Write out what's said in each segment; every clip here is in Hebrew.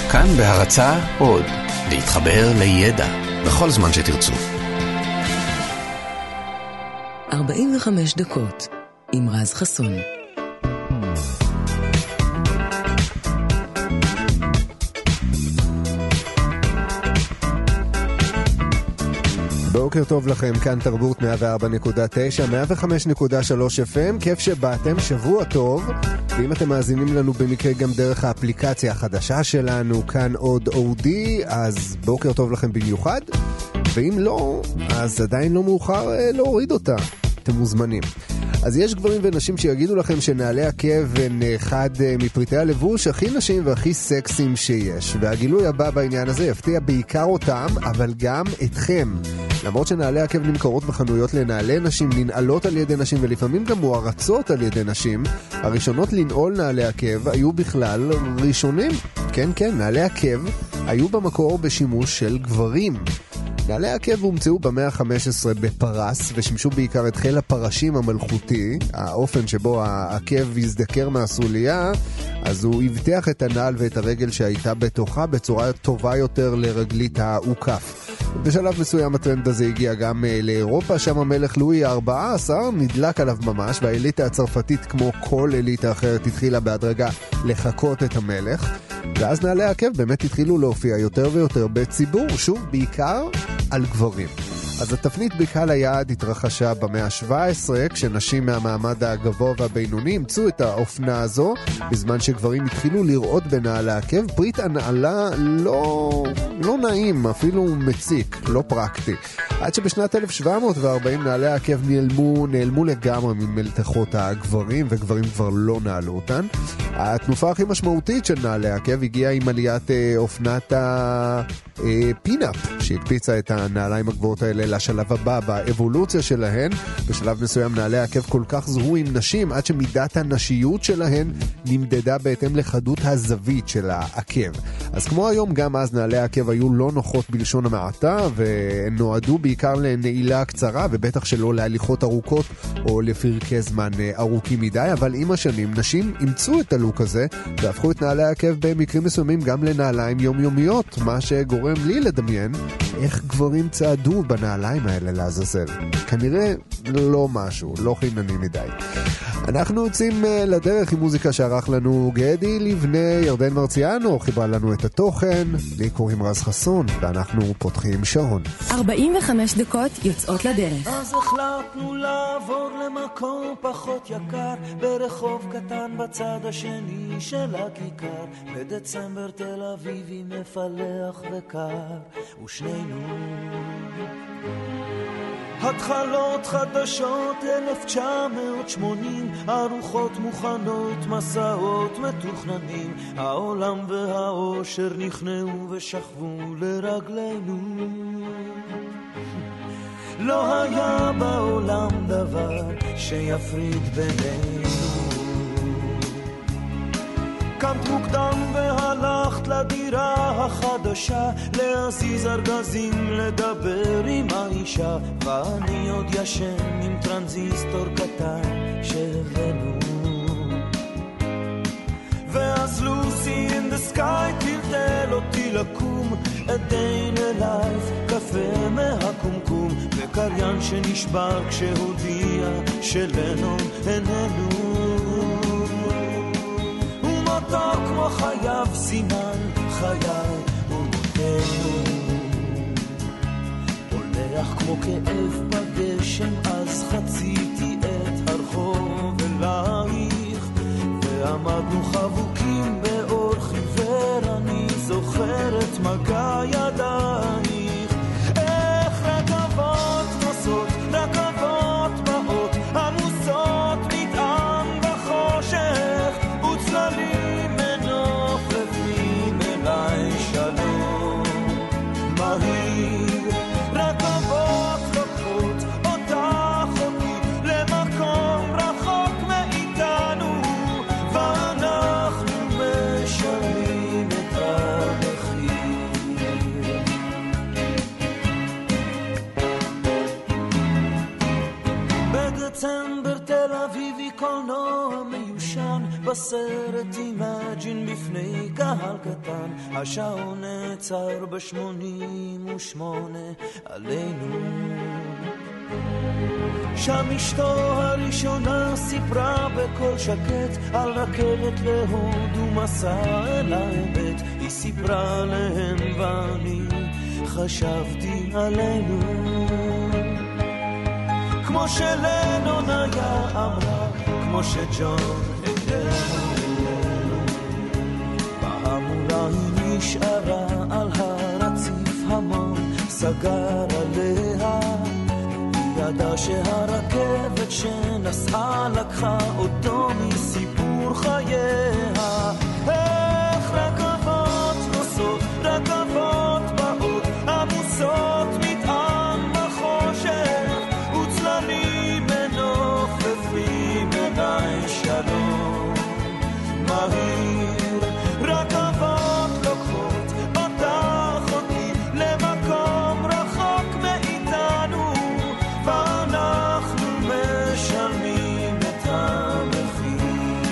כאן בהרצאה עוד, להתחבר לידע בכל זמן שתרצו. 45 דקות עם רז חסון. בוקר טוב לכם, כאן תרבות 104.9, 105.3 FM, כיף שבאתם, שבוע טוב, ואם אתם מאזינים לנו במקרה גם דרך האפליקציה החדשה שלנו, כאן עוד אודי, אז בוקר טוב לכם במיוחד, ואם לא, אז עדיין לא מאוחר להוריד אותה, אתם מוזמנים. אז יש גברים ונשים שיגידו לכם שנעלי עקב הם אחד מפריטי הלבוש הכי נשים והכי סקסיים שיש, והגילוי הבא בעניין הזה יפתיע בעיקר אותם, אבל גם אתכם. למרות שנעלי עקב נמכרות בחנויות לנעלי נשים, ננעלות על ידי נשים ולפעמים גם מוערצות על ידי נשים, הראשונות לנעול נעלי עקב היו בכלל ראשונים. כן, נעלי עקב היו במקור בשימוש של גברים. נעלי עקב הומצאו במאה ה-15 בפרס ושימשו בעיקר את חיל הפרשים המלכותי. האופן שבו העקב הזדקר מהסוליה, אז הוא הבטיח את הנעל ואת הרגל שהייתה בתוכה בצורה טובה יותר לרגלית העוקף. בשלב מסוים הטרנד הזה הגיע גם לאירופה, שם המלך לואי ה-14 נדלק עליו ממש, והאליטה הצרפתית כמו כל אליטה אחרת התחילה בהדרגה לחקות את המלך, ואז נעלי עקב באמת התחילו להופיע יותר ויותר בציבור, שוב בעיקר על גברים. אז התפנית בקהל היעד התרחשה במאה ה-17, כשנשים מהמעמד הגבוה והבינוני אימצו את האופנה הזו, בזמן שגברים התחילו לראות בנעלי עקב פריט הנעלה לא נעים, אפילו מציק, לא פרקטי. עד שבשנת 1740 נעלי עקב נעלמו לגמרי ממלתחות הגברים, וגברים כבר לא נעלו אותן. התנופה הכי משמעותית של נעלי עקב הגיעה עם עליית אופנת הפינאפ, שהקפיצה את הנעליים הגבוהות האלה לשלב הבא באבולוציה שלהן. בשלב מסוים נעלי עקב כל כך זוהו עם נשים, עד שמידת הנשיות שלהן נמדדה בהתאם לחדות הזווית של העקב. אז כמו היום, גם אז נעלי העקב היו לא נוחות בלשון המעטה, ונועדו בעיקר לנעילה קצרה, ובטח שלא להליכות ארוכות או לפרקי זמן ארוכים מדי. אבל עם השנים נשים אימצו את הלוק הזה והפכו את נעלי העקב במקרים מסוימים גם לנעליים יומיומיות, מה שגורם לי לדמיין איך גברים צעדו בנעליים האלה לעזאזל. כנראה לא משהו, לא חינני מדי. אנחנו יוצאים לדרך עם מוזיקה שערך לנו גדי לבני. ירדן מרציאנו חיברה לנו את התוכן, לי קוראים רז חסון, ואנחנו פותחים שעון. 45 דקות יוצאות לדרך. אז החלטנו לעבור למקום פחות יקר, ברחוב קטן בצד השני של הכיכר, בדצמבר תל אביבי מפלח וקר, ושנינו התחלות חדשות 1980, ארוחות מוכנות, מסעות מתוכננים, העולם והאושר נכנעו ושכבו לרגלינו. לא היה בעולם דבר שיפריד בינינו. קמת מוקדם והלכת לדירה החדשה, להזיז ארגזים, לדבר עם האישה, ואני עוד ישן עם טרנזיסטור קטן שהבאנו. ואז לוסי in the sky טלטל אותי לקום, a day in a life, קפה מהקומקום, וקריין שנשבר כשהודיע שלנו איננו. ומותו כמו חייו, סימן חיי ומותנו, הולך כמו כאב בגשם, אז חציתי את הרחוב אלייך, ועמדנו חבוקים באור חיוור, אני זוכר את מגע ידייך. איך רכבות נוסעות, רכבות באות, עמוסות מטען בחושך, וצללים מנופפים אליי שלום מהיר. רכבות לוקחות אותך אותי למקום רחוק מאיתנו, ואנחנו משלמים את המחיר. בדצמבר תל אביבי קולנוע מיושן, בסרט אימג'ין בפני קהל קהל קטן, השעון נעצר ב-88 עלינו. שם אשתו הראשונה סיפרה בקול שקט על רכבת להודו מסע אל האמת. היא סיפרה להם ואני חשבתי עלינו, כמו שלנון היה אמרה, כמו שג'ון הגדרנו. בהמולה היא נשארה על הרציף המון, סגר עליה, ידע שהרכבת שנסעה לקחה אותו מסיפור חייה. איך רכבות נוסעות, רכבות באות, עמוסות מטען בחושך, וצללים מנופפים עיני שלום מהיר. רכבות לוקחות אותך אותי למקום רחוק מאיתנו, ואנחנו משלמים את המחיר.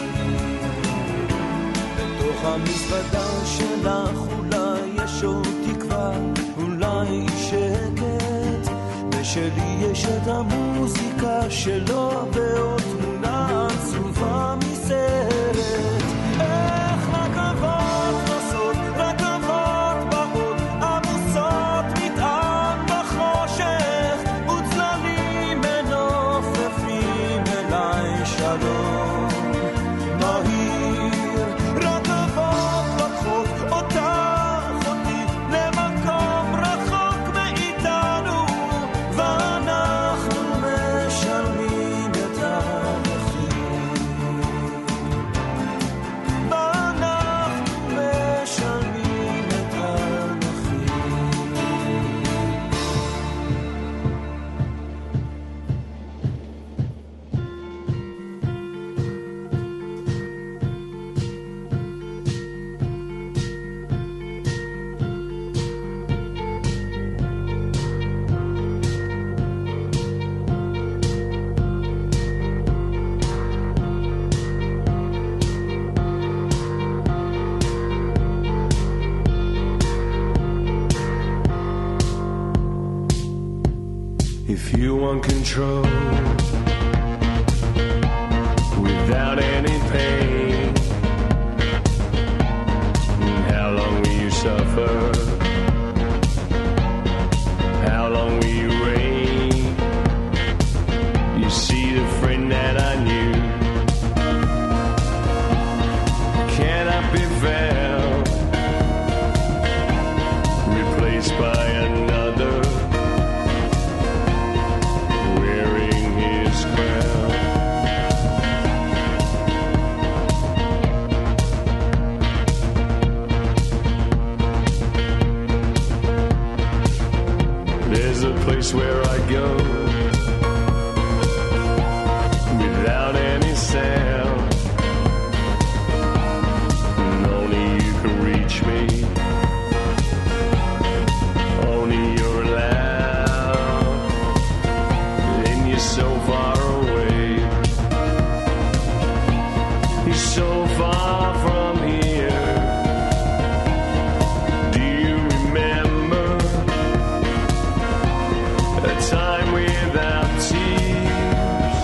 בתוך המזוודה שלך אולי יש עוד תקווה, אולי שקט, ושלי יש את המוזיקה שלו ועוד תמונה עצובה מסרט. איך רכבות נוסעות, רכבות באות, עמוסות מטען בחושך, וצללים מנופפים אליי שלום מהיר. רכבות לוקחות אותך אותי למקום רחוק מאיתנו, ואנחנו משלמים את המחיר. ואנחנו משלמים את המחיר. If you want control without any pain, how long will you suffer? How long will you reign? You see the friend that I knew cannot be found, replaced by another wearing his crown. There's a place where I go without any sound, and only you can reach me, only you're allowed, and you're so far away, you're so far from here. Do you remember a time without tears?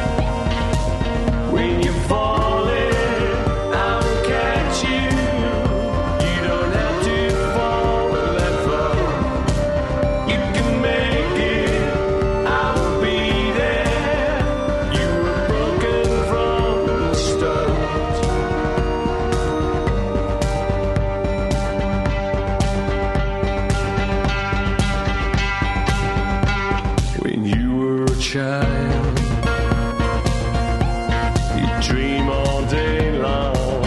When you're falling, I'll catch you. You don't have to fall that far. You can make it, I'll be there. You were broken from the start. When you were a child, you dream all day long.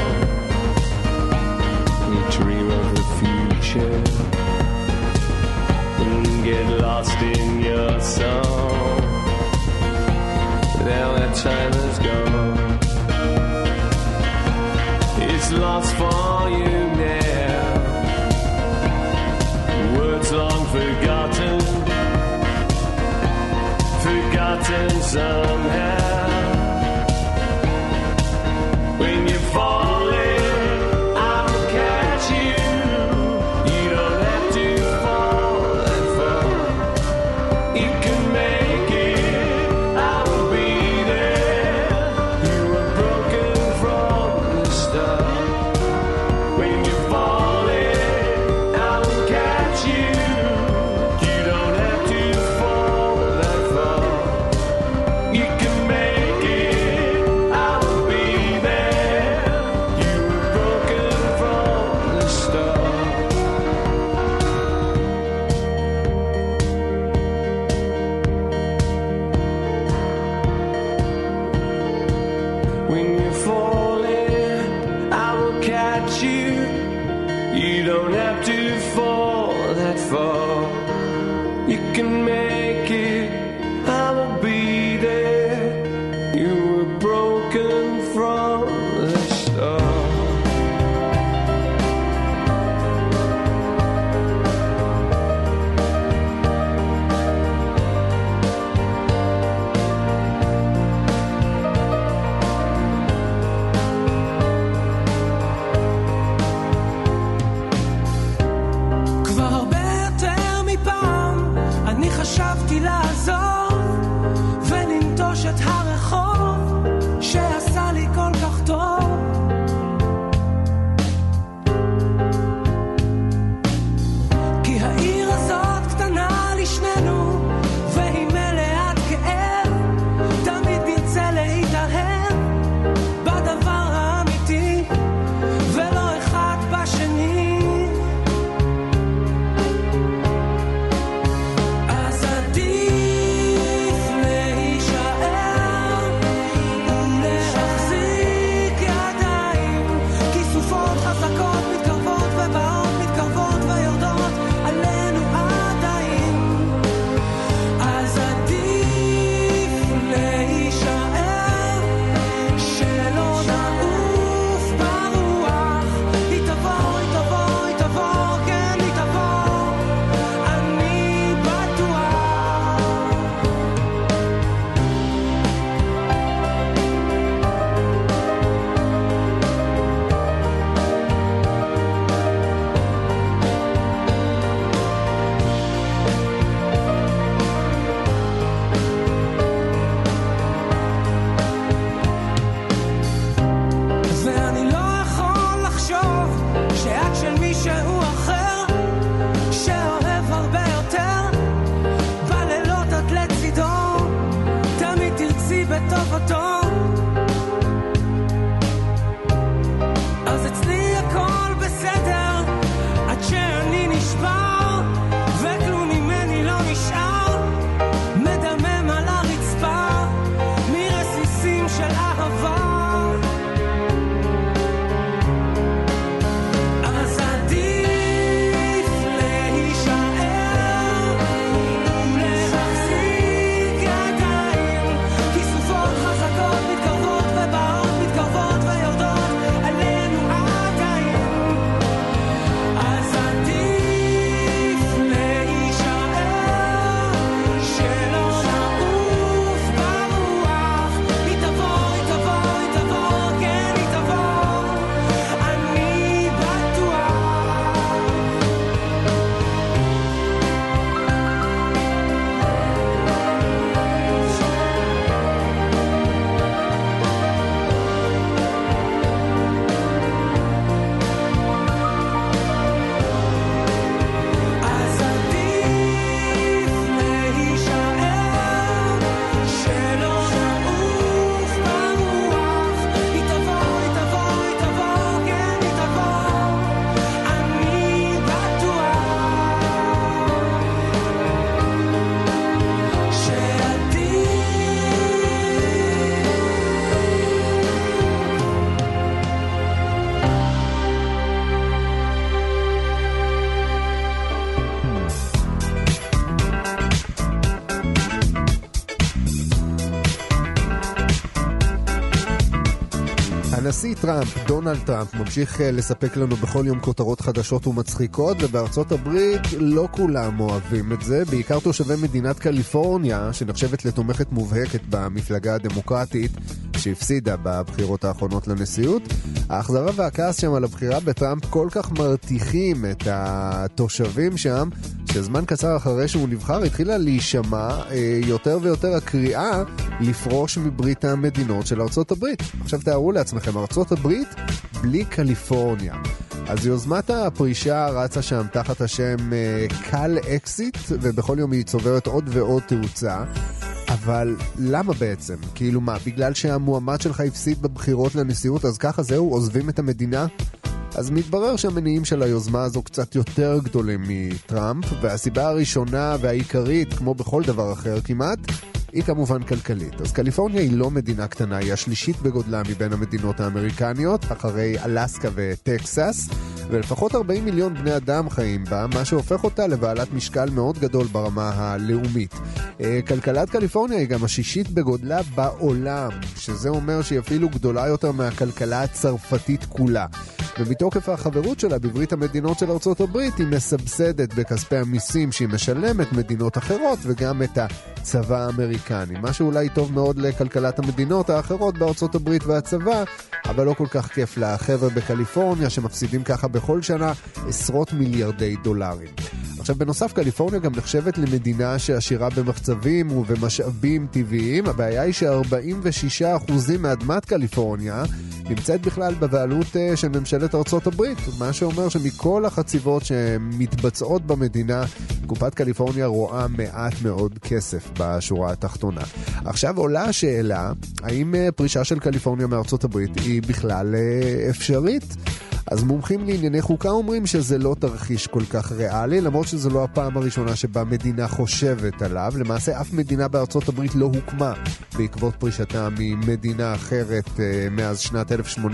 You dream of the future and get lost in your song. Now that time is gone, it's lost for you now. Words long forgotten, forgotten somehow. When you're falling, I'll catch הנשיא טראמפ, דונלד טראמפ, ממשיך לספק לנו בכל יום כותרות חדשות ומצחיקות, ובארצות הברית לא כולם אוהבים את זה, בעיקר תושבי מדינת קליפורניה, שנחשבת לתומכת מובהקת במפלגה הדמוקרטית, שהפסידה בבחירות האחרונות לנשיאות. האכזבה והכעס שם על הבחירה בטראמפ כל כך מרתיחים את התושבים שם, שזמן קצר אחרי שהוא נבחר התחילה להישמע יותר ויותר הקריאה לפרוש מברית המדינות של ארצות הברית. עכשיו תארו לעצמכם, ארצות הברית בלי קליפורניה. אז יוזמת הפרישה רצה שם תחת השם קל אקזיט, ובכל יום היא צוברת עוד ועוד תאוצה. אבל למה בעצם? כאילו מה, בגלל שהמועמד שלך הפסיד בבחירות לנשיאות, אז ככה זהו, עוזבים את המדינה? אז מתברר שהמניעים של היוזמה הזו קצת יותר גדולים מטראמפ, והסיבה הראשונה והעיקרית, כמו בכל דבר אחר כמעט, היא כמובן כלכלית. אז קליפורניה היא לא מדינה קטנה, היא השלישית בגודלה מבין המדינות האמריקניות, אחרי אלסקה וטקסס, ולפחות 40 מיליון בני אדם חיים בה, מה שהופך אותה לבעלת משקל מאוד גדול ברמה הלאומית. כלכלת קליפורניה היא גם השישית בגודלה בעולם, שזה אומר שהיא אפילו גדולה יותר מהכלכלה הצרפתית כולה. ומתוקף החברות שלה בברית המדינות של ארצות הברית, היא מסבסדת בכספי המיסים שהיא משלמת מדינות אחרות, וגם את הצבא האמריקני. מה שאולי טוב מאוד לכלכלת המדינות האחרות בארצות הברית והצבא, אבל לא כל כך כיף לחבר'ה בקליפורניה שמפסידים ככה בכל שנה עשרות מיליארדי דולרים. עכשיו, בנוסף, קליפורניה גם נחשבת למדינה שעשירה במחצבים ובמשאבים טבעיים. הבעיה היא ש46% מאדמת קליפורניה נמצאת בכלל בבעלות של ממשלת ארצות הברית, מה שאומר שמכל החציבות שמתבצעות במדינה, קופת קליפורניה רואה מעט מאוד כסף בשורה התחתונה. עכשיו עולה השאלה, האם פרישה של קליפורניה מארצות הברית היא בכלל אפשרית? אז מומחים לענייני חוקה אומרים שזה לא תרחיש כל כך ריאלי, למרות שזו לא הפעם הראשונה שבה מדינה חושבת עליו. למעשה אף מדינה בארצות הברית לא הוקמה בעקבות פרישתה ממדינה אחרת מאז שנת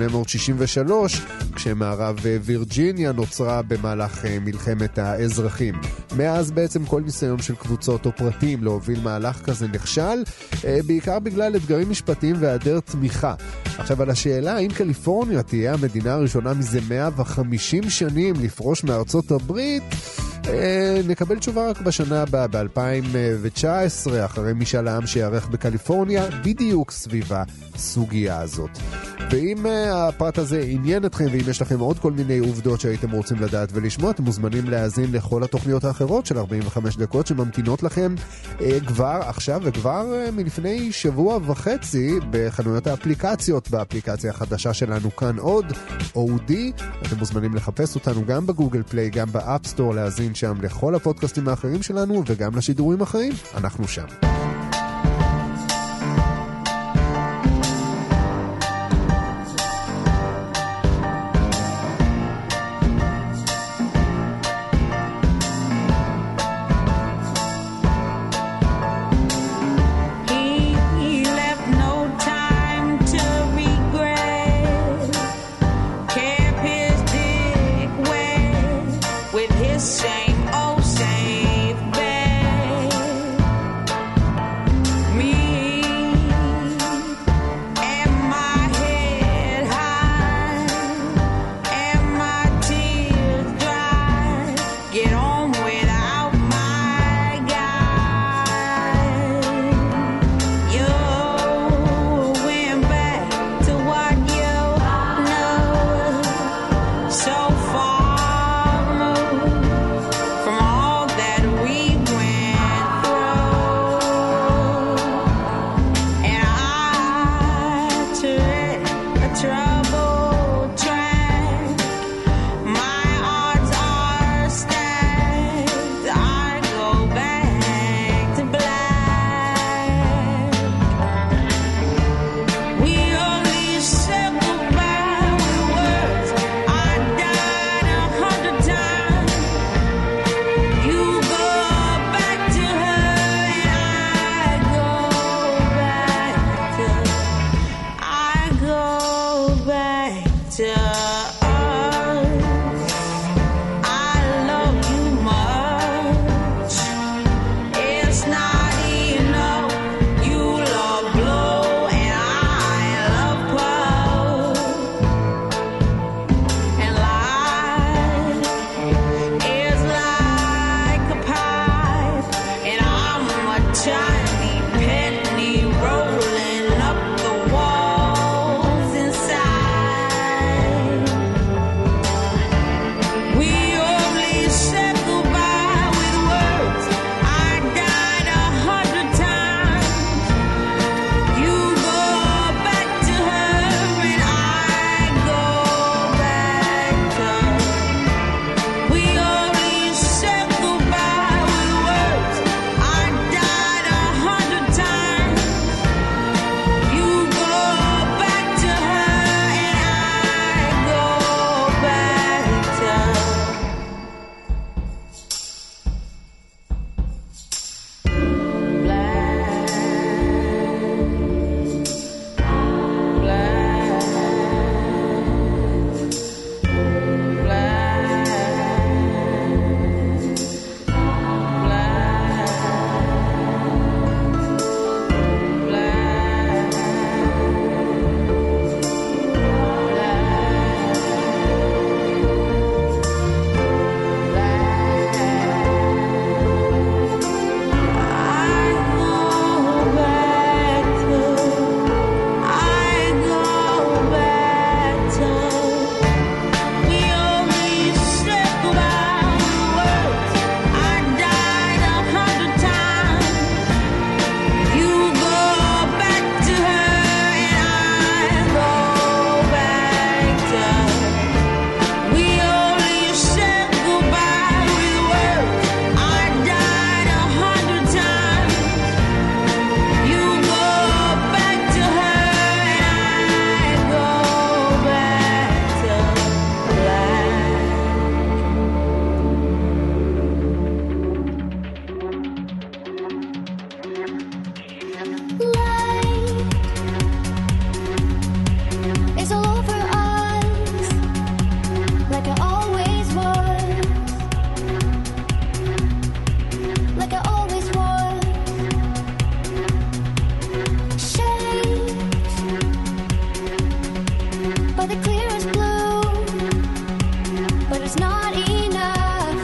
1863, כשמערב וירג'יניה נוצרה במהלך מלחמת האזרחים. מאז בעצם כל ניסיון של קבוצות או פרטים להוביל מהלך כזה נכשל, בעיקר בגלל אתגרים משפטיים והיעדר תמיכה. עכשיו, על השאלה האם קליפורניה תהיה המדינה הראשונה מזה 150 שנים לפרוש מארצות הברית, נקבל תשובה רק בשנה הבאה, ב-2019, אחרי משאל העם שיערך בקליפורניה, בדיוק סביב הסוגיה הזאת. ואם הפרט הזה עניין אתכם, ואם יש לכם עוד כל מיני עובדות שהייתם רוצים לדעת ולשמוע, אתם מוזמנים להאזין לכל התוכניות האחרות של 45 דקות שממתינות לכם כבר עכשיו וכבר מלפני שבוע וחצי בחנויות האפליקציות, באפליקציה החדשה שלנו כאן עוד, OD. אתם מוזמנים לחפש אותנו גם בגוגל פליי, גם באפסטור, להאזין שם לכל הפודקאסטים האחרים שלנו וגם לשידורים אחרים. אנחנו שם. Same old same bed. not enough.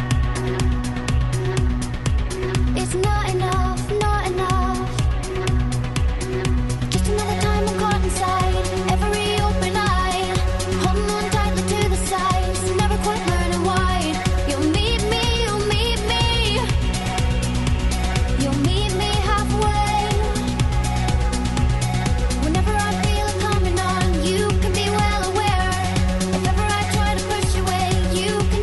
It's not enough, not enough. Just another time I'm caught inside every open eye, holding on tightly to the sides, never quite learning why. You'll meet me, you'll meet me, you'll meet me halfway. Whenever I feel it coming on, you can be well aware. If ever I try to push away, you can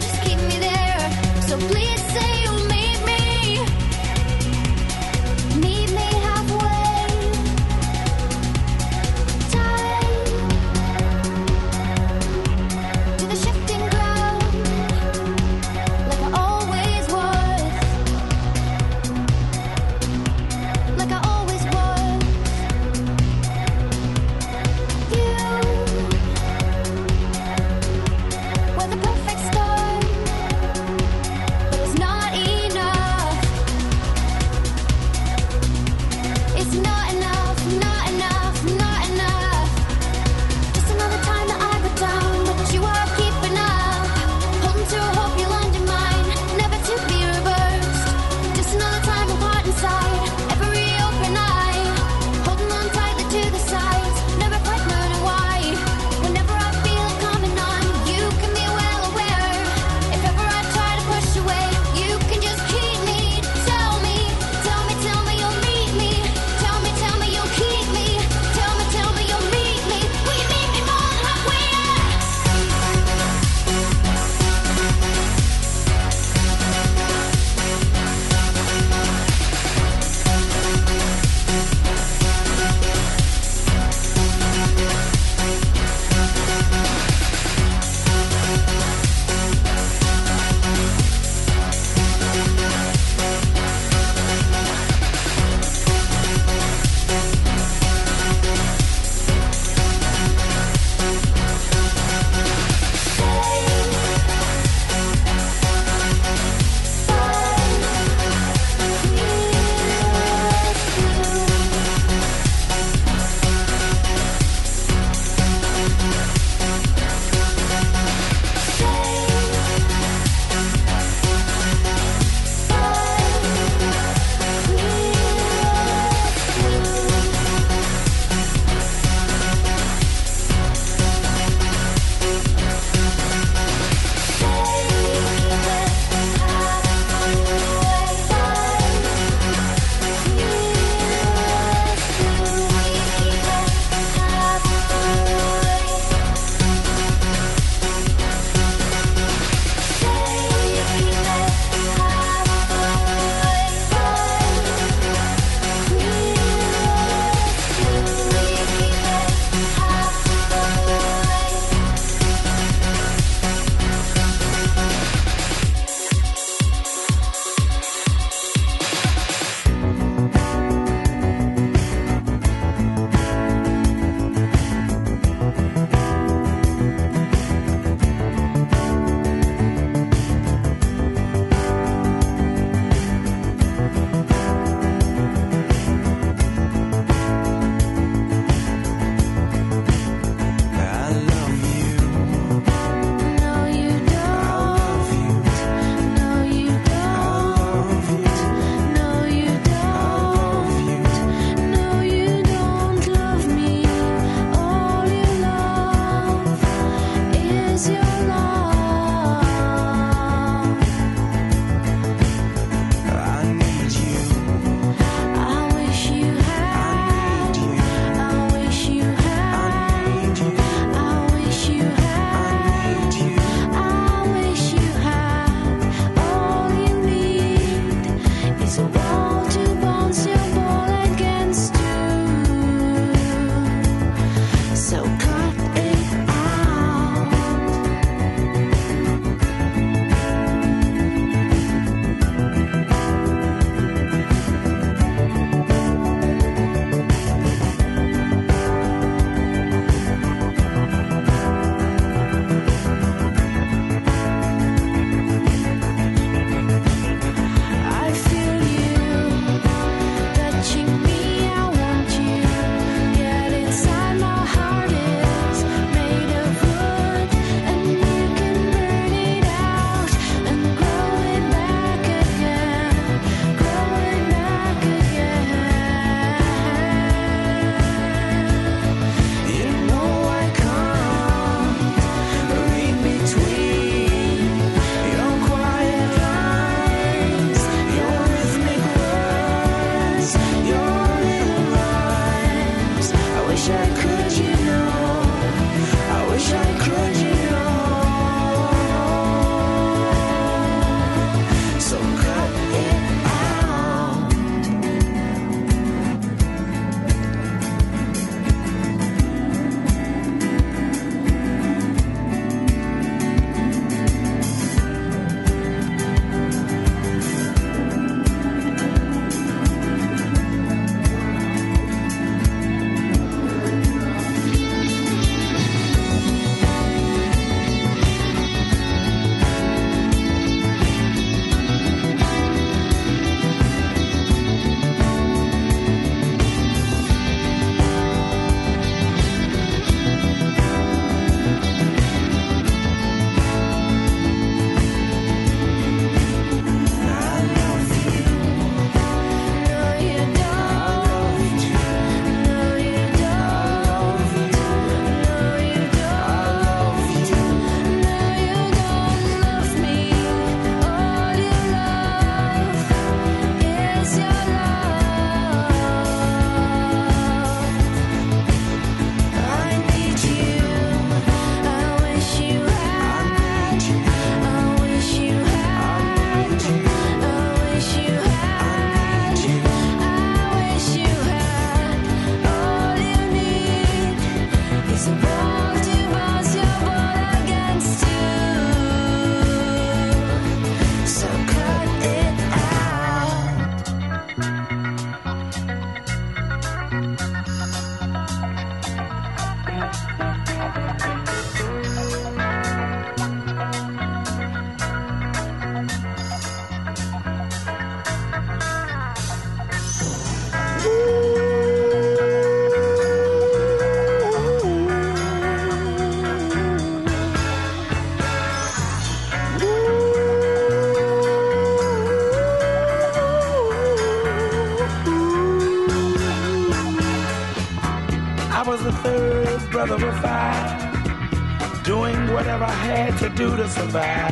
third brother of five, doing whatever I had to do to survive.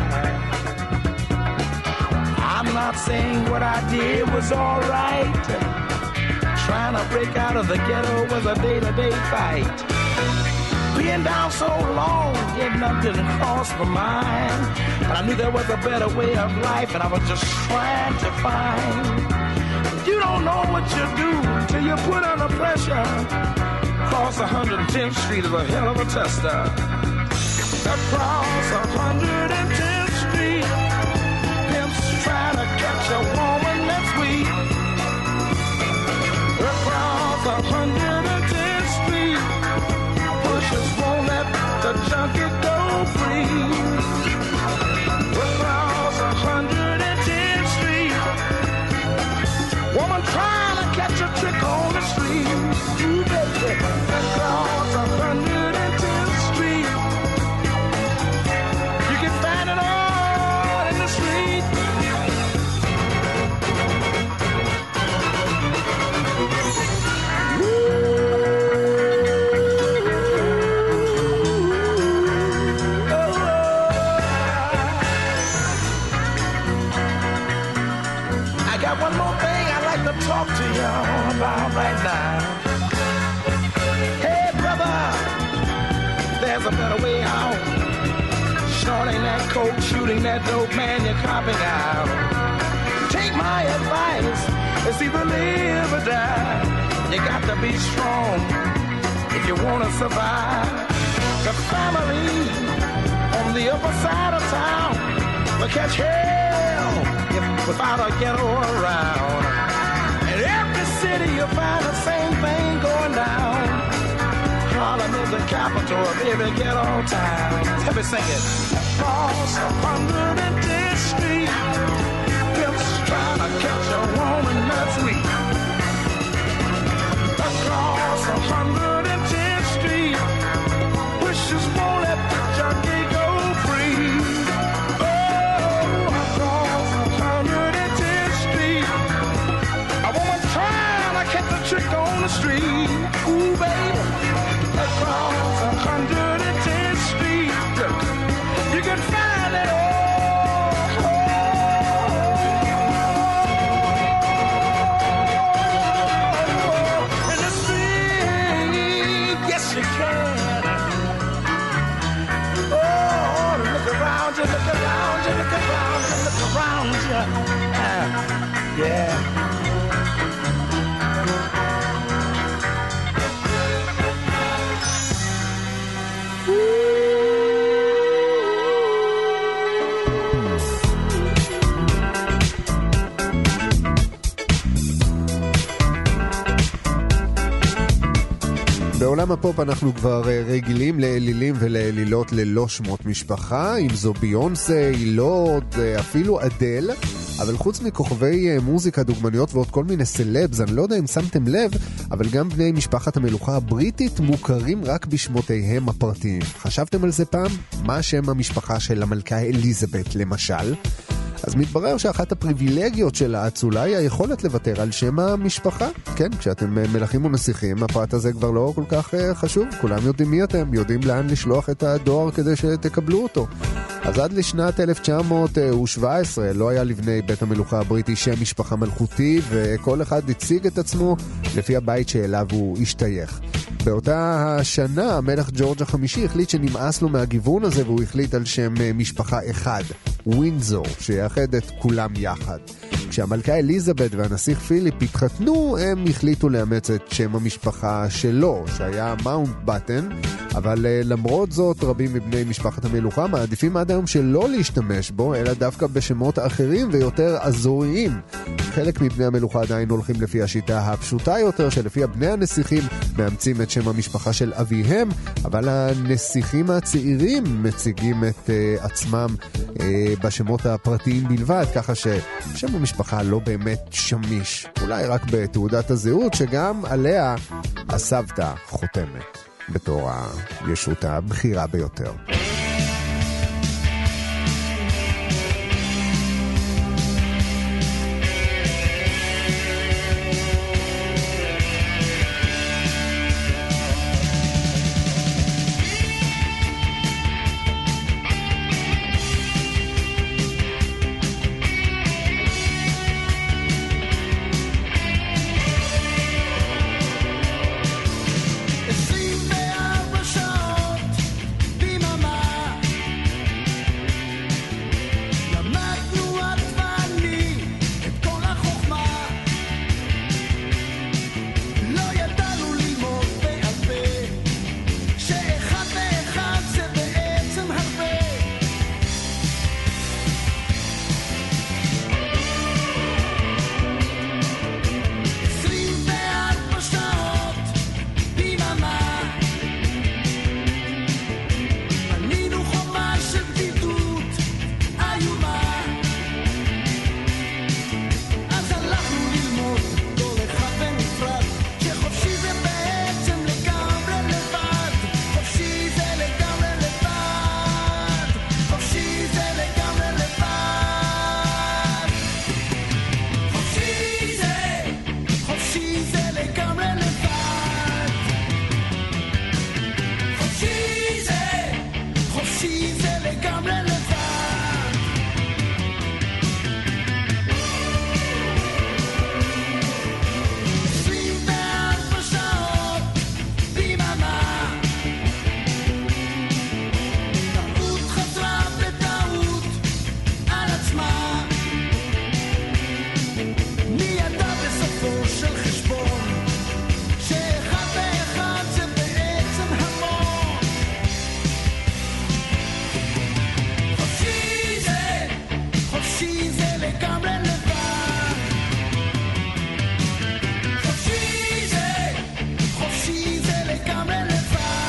I'm not saying what I did was all right. Trying to break out of the ghetto was a day-to-day fight. Being down so long, getting up didn't cross my mind. But I knew there was a better way of life, and I was just trying to find. You don't know what you do till you put under pressure. Across 110th Street is a hell of a tester. Across 110th Street, pimps try to catch a woman that's weak. Across 110th Street, pushers won't let the junkie go free. Across 110th Street, woman trying to catch a trick on the street. Ooh, baby. Across 110th Street, you can find it all in the street. Talk to y'all about right now. Hey brother, there's a better way out. Snorting that coke, shooting that dope, man, you're copping out. Take my advice, it's either live or die. You got to be strong if you want to survive. The family on the upper side of town will catch hell without a ghetto around. In every city you'll find the same thing going down. Harlem is the capital of every ghetto town. Let me sing it. Across 110th Street, pimps trying to catch a woman that's weak. Across 110th Street, wishes won't let the junkie go free. Oh, across 110th Street, a woman trying to catch a trick on the street. Ooh, baby. Across 110th Street, you can find it all. In the street, yes you can. Oh, look around you, look around you, look around you, look around you. Yeah. בעולם הפופ אנחנו כבר רגילים לאלילים ולאלילות ללא שמות משפחה, אם זו ביונסה, אילוד, אפילו אדל, אבל חוץ מכוכבי מוזיקה, דוגמניות ועוד כל מיני סלבס, אני לא יודע אם שמתם לב, אבל גם בני משפחת המלוכה הבריטית מוכרים רק בשמותיהם הפרטיים. חשבתם על זה פעם? מה שם המשפחה של המלכה אליזבת למשל? אז מתברר שאחת הפריבילגיות של האצולה היא היכולת לוותר על שם המשפחה. כן, כשאתם מלכים ונסיכים, הפרט הזה כבר לא כל כך חשוב. כולם יודעים מי אתם, יודעים לאן לשלוח את הדואר כדי שתקבלו אותו. אז עד לשנת 1917 לא היה לבני בית המלוכה הבריטי שם משפחה מלכותי, וכל אחד הציג את עצמו לפי הבית שאליו הוא השתייך. באותה השנה המלך ג'ורג' החמישי החליט שנמאס לו מהגיוון הזה, והוא החליט על שם משפחה אחד, ווינזור, שיאחד את כולם יחד. כשהמלכה אליזבת והנסיך פיליפ התחתנו, הם החליטו לאמץ את שם המשפחה שלו, שהיה מאונטבטן, אבל למרות זאת רבים מבני משפחת המלוכה מעדיפים עד היום שלא להשתמש בו, אלא דווקא בשמות אחרים ויותר אזוריים. חלק מבני המלוכה עדיין הולכים לפי השיטה הפשוטה יותר, שלפי בני הנסיכים מאמצים את שם המשפחה של אביהם, אבל הנסיכים הצעירים מציגים את עצמם בשמות הפרטיים בלבד, ככה ששם המשפחה לא באמת שמיש, אולי רק בתעודת הזהות, שגם עליה הסבתא חותמת בתור הישות הבכירה ביותר. חופשי זה לגמרי לבד. חופשי זה לגמרי לבד.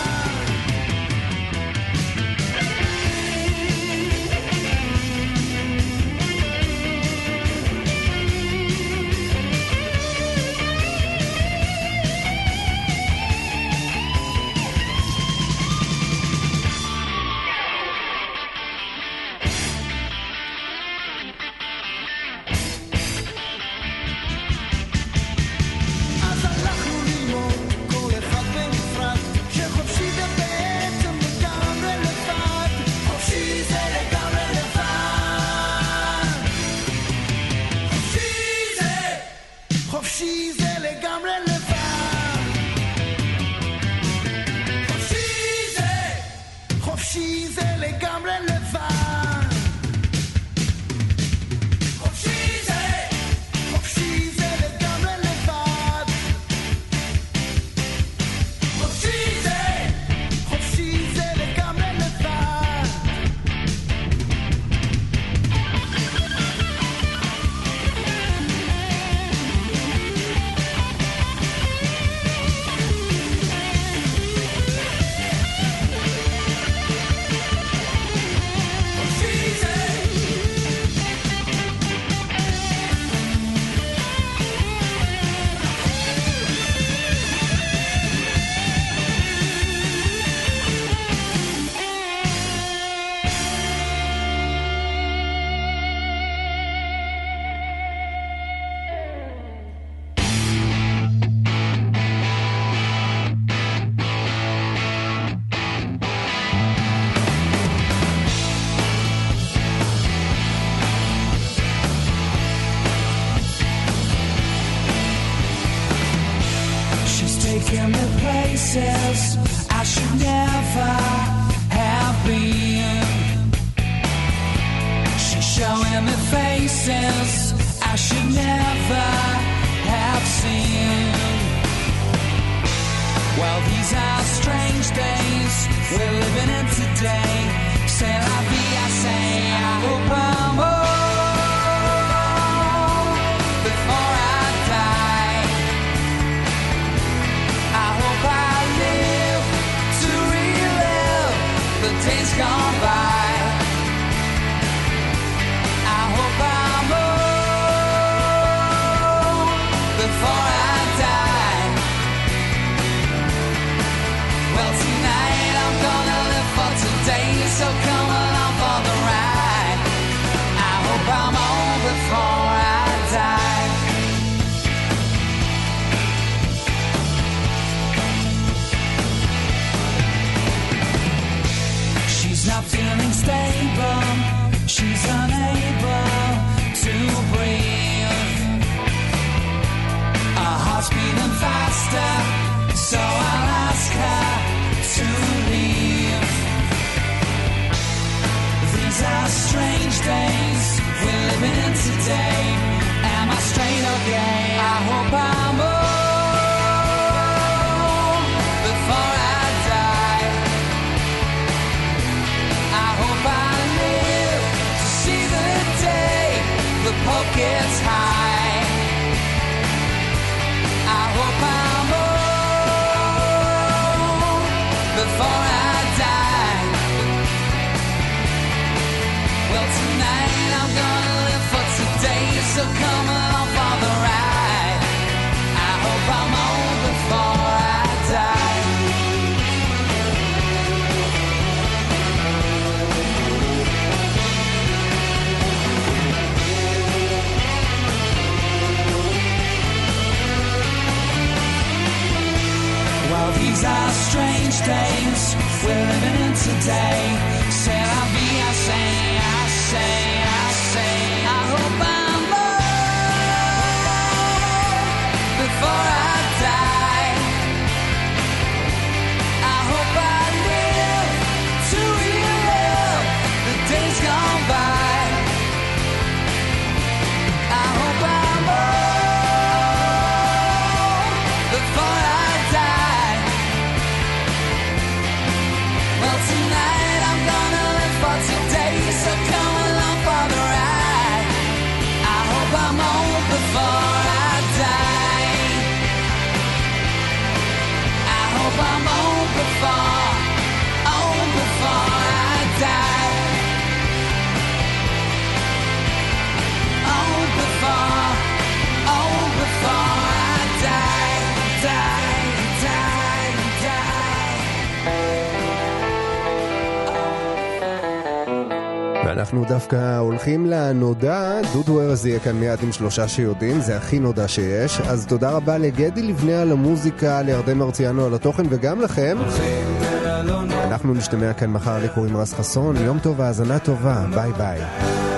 אז הלכנו ללמוד כל אחד בנפרד שחופשי זה בעצם לגמרי לבד. חופשי זה לגמרי לבד. חופשי זה לגמרי לבד. חופשי זה לגמרי לבד. חופשי זה לגמרי לבד. חופשי זה לגמרי לבד. She's taking me places I should never have been. She's showing me faces I should never have seen. Well, these are strange days we're living in today. C'est la vie, I say. I hope I'm old before I die. I hope I live to relive the days gone by. I hope I'm old before I die. Well, tonight I'm gonna live for today, so come along for the ride. I hope I'm old before I die. She's not feeling stable. She's unable to breathe. Her heart's beating faster, so I'll ask her to leave. These are strange days we're living in today. Am I straight or gay? I hope I'm old before I die. I hope I live to see the day the Pope gets high. I hope I'm old before I die. Well, tonight I'm gonna live for today, so come along for the ride. I hope I'm old before I die. Well, these are strange days we're living in today. C'est la vie, I say, I say, I say. I hope I'm old before I die. I hope I live to relive the days gone by. I hope I'm old before I die. Well, tonight I'm gonna live for today, so come along for אנחנו דווקא הולכים לנודע. דודו ארז יהיה כאן מיד עם 3 שיודעים, זה הכי נודע שיש. אז תודה רבה לגדי לבנה על המוזיקה, לירדן מרציאנו על התוכן, וגם לכם. אנחנו נשתמע כאן מחר. לי קוראים רז חסון, יום טוב והאזנה טובה, ביי ביי.